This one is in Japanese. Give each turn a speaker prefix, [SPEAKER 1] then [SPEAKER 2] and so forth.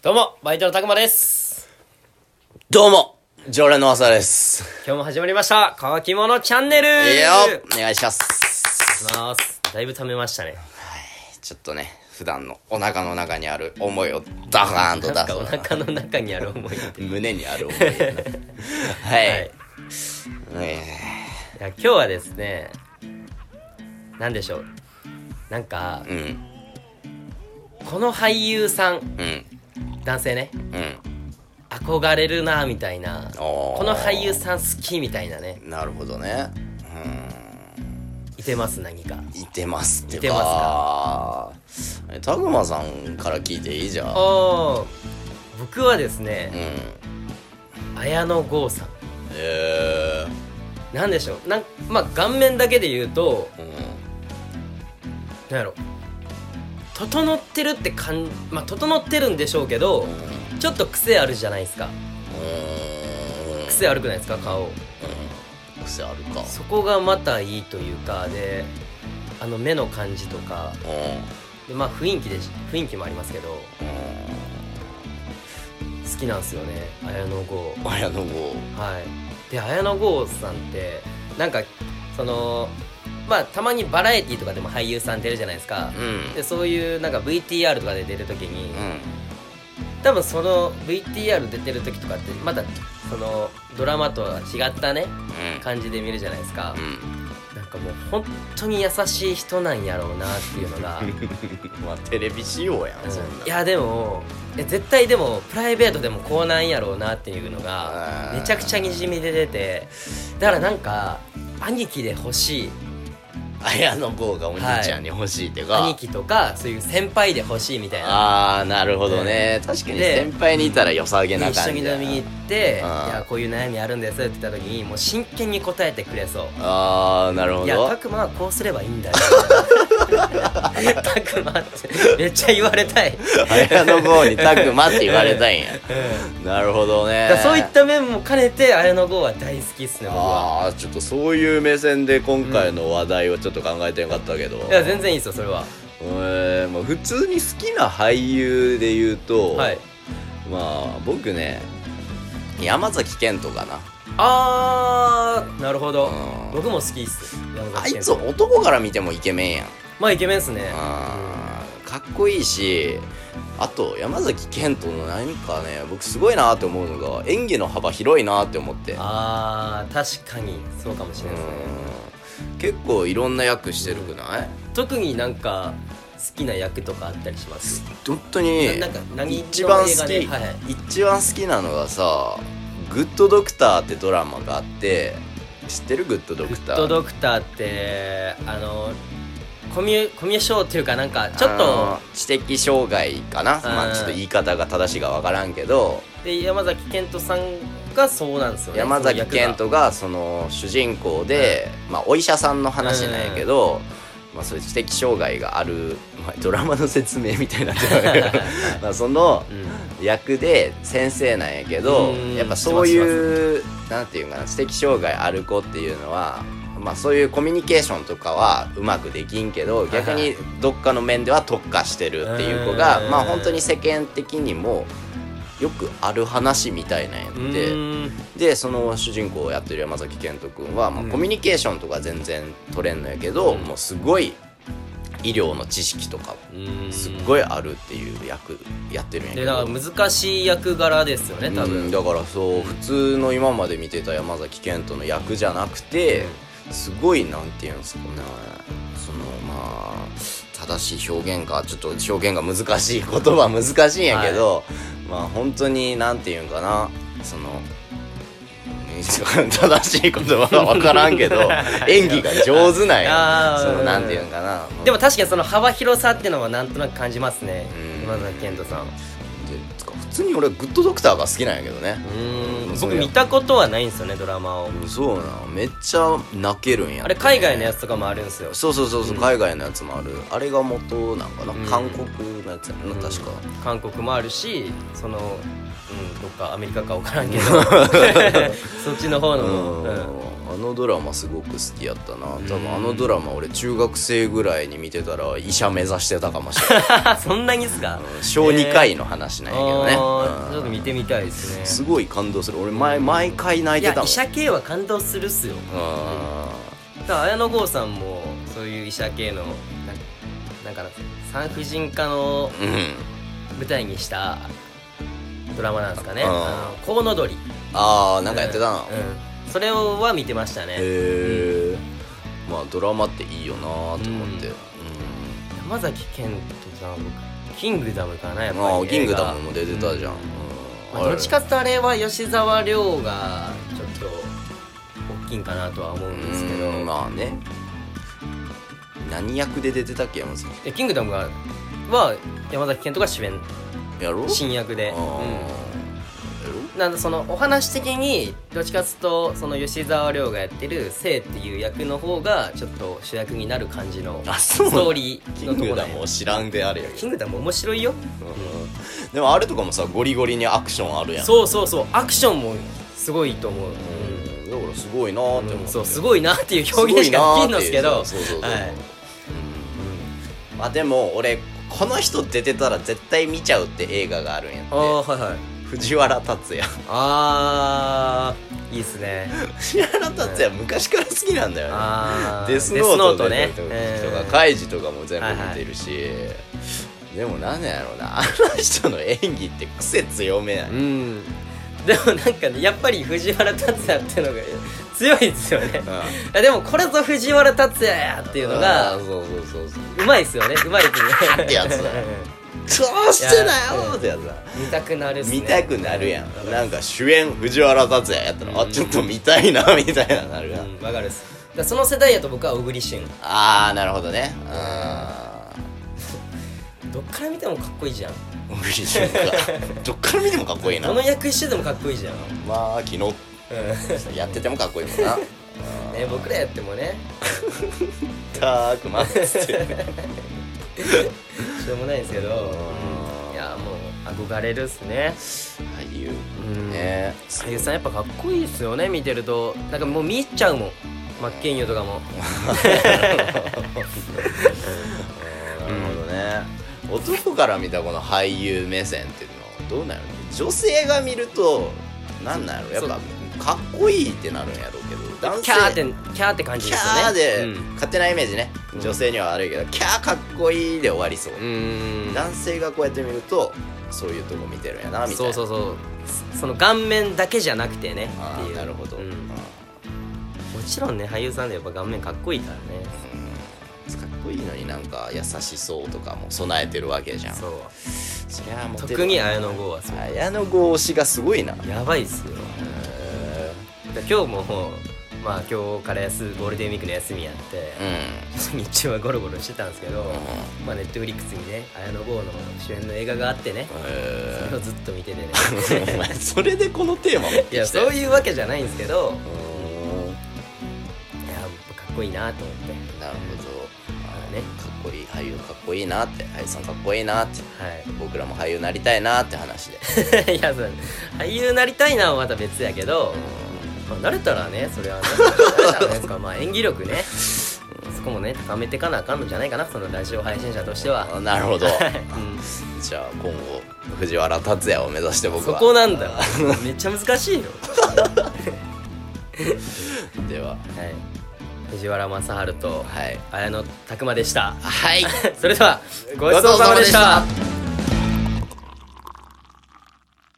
[SPEAKER 1] どうもバイトのたくまです。
[SPEAKER 2] どうも常連の朝です。
[SPEAKER 1] 今日も始まりました乾き物チャンネル。
[SPEAKER 2] いいよ、お願いします。
[SPEAKER 1] だいぶ溜めましたね。
[SPEAKER 2] ちょっとね、普段のお腹の中にある思いをダカーンと出す。
[SPEAKER 1] お腹の中にある思い
[SPEAKER 2] 胸にある思い、ね、はい、
[SPEAKER 1] いや今日はですね、なんでしょう、なんか、この俳優さん、男性ね、憧れるなみたいな、この俳優さん好きみたいなね。
[SPEAKER 2] なるほどね。
[SPEAKER 1] いてます？何か
[SPEAKER 2] いてますって
[SPEAKER 1] いてますか？
[SPEAKER 2] たぐまさんから聞いていい？じゃん。
[SPEAKER 1] 僕はですね、綾野剛さん。なんでしょう、まあ顔面だけで言うと、なんやろ、整ってるってまあ整ってるんでしょうけど、ちょっと癖あるじゃないですか。癖悪くないですか、顔。
[SPEAKER 2] 癖あるか。
[SPEAKER 1] そこがまたいいというか、で目の感じとかで、まあ雰囲気もありますけど、好きなんですよね、綾野剛。はい。で綾野剛さんってなんかまあたまにバラエティとかでも俳優さん出るじゃないですか、でそういうなんか VTR とかで出るときに、多分その VTR 出てる時とかってまたそのドラマとは違ったね、感じで見るじゃないですか、なんかもう本当に優しい人なんやろうなっていうのが
[SPEAKER 2] まあテレビ仕様やん、そんな。
[SPEAKER 1] いやでも絶対でもプライベートでもこうなんやろうなっていうのがめちゃくちゃにじみ出てて、だからなんか兄貴で欲しい、
[SPEAKER 2] 綾野剛がお兄ちゃんに欲しいっていうか、
[SPEAKER 1] 兄貴とかそういう先輩で欲しいみたいな。
[SPEAKER 2] なるほどね、確かに先輩にいたら良さげな感じだ。
[SPEAKER 1] 一緒に飲みに行って、いやこういう悩みあるんですって言った時にもう真剣に答えてくれそう。
[SPEAKER 2] なるほど。
[SPEAKER 1] いやたくまはこうすればいいんだよたくまってめっちゃ言われたい
[SPEAKER 2] 綾野剛にたくまって言われたいんや、なるほどね。
[SPEAKER 1] そういった面も兼ねて綾野剛は大好きっすね、僕は。
[SPEAKER 2] ちょっとそういう目線で今回の話題をちょっと考えてなかったけど、
[SPEAKER 1] いや全然いいですよそれは。
[SPEAKER 2] まあ、普通に好きな俳優で言うと、
[SPEAKER 1] はい、
[SPEAKER 2] まあ僕ね、山崎賢人かな。
[SPEAKER 1] なるほど、僕も好きっす。
[SPEAKER 2] あいつ男から見てもイケメンやん。
[SPEAKER 1] まあイケメンっすね。
[SPEAKER 2] かっこいいし、あと山崎賢人の何かね、僕すごいなって思うのが演技の幅広いなって思って。
[SPEAKER 1] 確かにそうかもしれないですね。
[SPEAKER 2] 結構いろんな役してるくない？
[SPEAKER 1] 特になんか好きな役とかあったりします？
[SPEAKER 2] 本当に
[SPEAKER 1] なんか
[SPEAKER 2] 一番好き、一番好きなのがさ、グッドドクターってドラマがあって、知ってる？グッドドクター。
[SPEAKER 1] グッドドクターってコミュ障っていうか、なんかちょっと
[SPEAKER 2] 知的障害かな、まあちょっと言い方が正しいか分からんけど、
[SPEAKER 1] で山崎賢人さんがそうなんですよね。
[SPEAKER 2] 山崎賢人がその主人公で、まあお医者さんの話なんやけど、まあそういう知的障害がある、まあ、ドラマの説明みたいになってるまあその役で先生なんやけど、やっぱそういうなんていうかな、知的障害ある子っていうのは、まあそういうコミュニケーションとかはうまくできんけど、逆にどっかの面では特化してるっていう子が、まあ本当に世間的にもよくある話みたいなんやって、でその主人公をやってる山崎賢人君は、まあ、コミュニケーションとか全然取れんのやけど、もうすごい医療の知識とかすっごいあるっていう役やってるんやけど、
[SPEAKER 1] でだから難しい役柄ですよね多分。
[SPEAKER 2] だからそう、普通の今まで見てた山崎賢人の役じゃなくて、すごいなんていうんですかね、そのまあ正しい表現か、ちょっと表現が難しい、言葉難しいんやけど、まあ本当になんていうんかな、その正しい言葉が分からんけど演技が上手なんやそのなんていうんかな。
[SPEAKER 1] でも確かにその幅広さっていうのはなんとなく感じますね、山崎賢人さん。
[SPEAKER 2] 普通に俺グッドドクターが好きなんやけどね。
[SPEAKER 1] 僕見たことはないんですよね、ドラマを。
[SPEAKER 2] そうな、めっちゃ泣けるんやって、ね、
[SPEAKER 1] あれ海外のやつとかもあるんですよ。
[SPEAKER 2] そう、海外のやつもある。あれが元なんかな、韓国のやつやな、確か。
[SPEAKER 1] 韓国もあるし、そのどっかアメリカか分からんけどそっちの方のも、
[SPEAKER 2] あのドラマすごく好きやったな。多分あのドラマ俺中学生ぐらいに見てたら医者目指してたかもしれない。
[SPEAKER 1] そんなにっすか？
[SPEAKER 2] 小児科医の話なんやけどね、
[SPEAKER 1] ちょっと見てみたいですね。
[SPEAKER 2] すごい感動する。俺毎回泣いてたもん。
[SPEAKER 1] いや医者系は感動するっすよ。だから綾野剛さんもそういう医者系のなんか産婦人科の舞台にしたドラマなんですかね。コウノドリ。
[SPEAKER 2] なんかやってたな。
[SPEAKER 1] それは見てましたね。
[SPEAKER 2] まあドラマっていいよなと思って、
[SPEAKER 1] 山崎賢人さんキングダムかなやっぱり。
[SPEAKER 2] キングダムも出てたじゃん。
[SPEAKER 1] どっちかってあれは吉沢亮がちょっと大きいんかなとは思うんですけど。
[SPEAKER 2] まあね。何役で出てたっけ山崎？
[SPEAKER 1] キングダムは山崎賢人が主演
[SPEAKER 2] やろ？
[SPEAKER 1] 新役で。なんでそのお話的にどっちかっていうとその吉沢亮がやってる聖っていう役の方がちょっと主役になる感じのストーリーのところ。
[SPEAKER 2] キングダムを知らんであれやけど。
[SPEAKER 1] キングダム面白いよ。
[SPEAKER 2] でもあれとかもさゴリゴリにアクションあるやん。
[SPEAKER 1] そうアクションもすごいと思う。
[SPEAKER 2] だからすごいなーって思って。
[SPEAKER 1] そうすごいなっていう表現しかできんのですけど。
[SPEAKER 2] まあでも俺この人出てたら絶対見ちゃうって映画があるんやって。藤原竜也。
[SPEAKER 1] いいっすね。
[SPEAKER 2] 藤原竜也昔から好きなんだよね。デスノートねとかカイジとかも全部見てるし、でもなんやろうな、あの人の演技って癖強めない？
[SPEAKER 1] でもなんかねやっぱり藤原竜也っていうのが強いですよね。でもこれぞ藤原竜也やっていうのがうまいっすよね。うまいですね
[SPEAKER 2] ってやつだ。どうしてだよってやつだ。
[SPEAKER 1] 見たくなるっすね。
[SPEAKER 2] 見たくなるやん。なんか主演藤原竜也やったらちょっと見たいなみたいななるやん。
[SPEAKER 1] わかるっす。その世代やと僕は小栗旬。
[SPEAKER 2] なるほどね。
[SPEAKER 1] どっから見てもかっこいいじゃん。
[SPEAKER 2] 小栗旬か。どっから見てもかっこいいな。
[SPEAKER 1] どの役してでもかっこいいじゃん。
[SPEAKER 2] まあ昨日やっててもかっこいいもんな。
[SPEAKER 1] 僕らやってもね。
[SPEAKER 2] たーくまっつって。
[SPEAKER 1] しょうもないですけど、いやもう憧れるっすね。
[SPEAKER 2] 俳優ね。
[SPEAKER 1] 俳優さんやっぱかっこいいっすよね。見てるとなんかもう見入っちゃうもん。真剣佑とかも。
[SPEAKER 2] なるほどね。男から見たこの俳優目線っていうのどうなるの？女性が見るとなんなの？やっぱかっこいいってなるんやろうけど、男性
[SPEAKER 1] キャーって感じですよね。
[SPEAKER 2] キャーで、勝手なイメージね、女性には悪いけどキャーかっこいいで終わりそう。男性がこうやって見るとそういうとこ見てるんやなみたいな。そう
[SPEAKER 1] その顔面だけじゃなくてねっていう。
[SPEAKER 2] なるほど。も
[SPEAKER 1] ちろんね俳優さんでやっぱ顔面かっこいいからね。
[SPEAKER 2] かっこいいのになんか優しそうとかも備えてるわけじゃん。そりゃもう
[SPEAKER 1] 特に綾野剛はそう。
[SPEAKER 2] 綾野剛推しがすごいな。
[SPEAKER 1] やばいっすよ。今日もまあ今日からゴールデンウィークの休みやって、日中はゴロゴロしてたんですけど、まあネットフリックスにね綾野剛の主演の映画があってね、それをずっと見ててね。
[SPEAKER 2] お前それでこのテーマ持ってきた。
[SPEAKER 1] いやそういうわけじゃないんですけど、いやかっこいいなと思って。
[SPEAKER 2] なるほど。かっこいい俳優かっこいいなって、俳優さんかっこいいなって、僕らも俳優なりたいなって話で。
[SPEAKER 1] いや俳優なりたいなはまた別やけど、慣れたらねそれはねですか。まあ演技力ね、そこもね高めてかなあかんのじゃないかな、そのラジオ配信者としては。なるほど。じゃあ今後藤原竜也を目指して僕は。そこなんだ。めっちゃ難しいよ。では、藤原正治と綾野拓磨でした。はい。それではごちそうさまでした。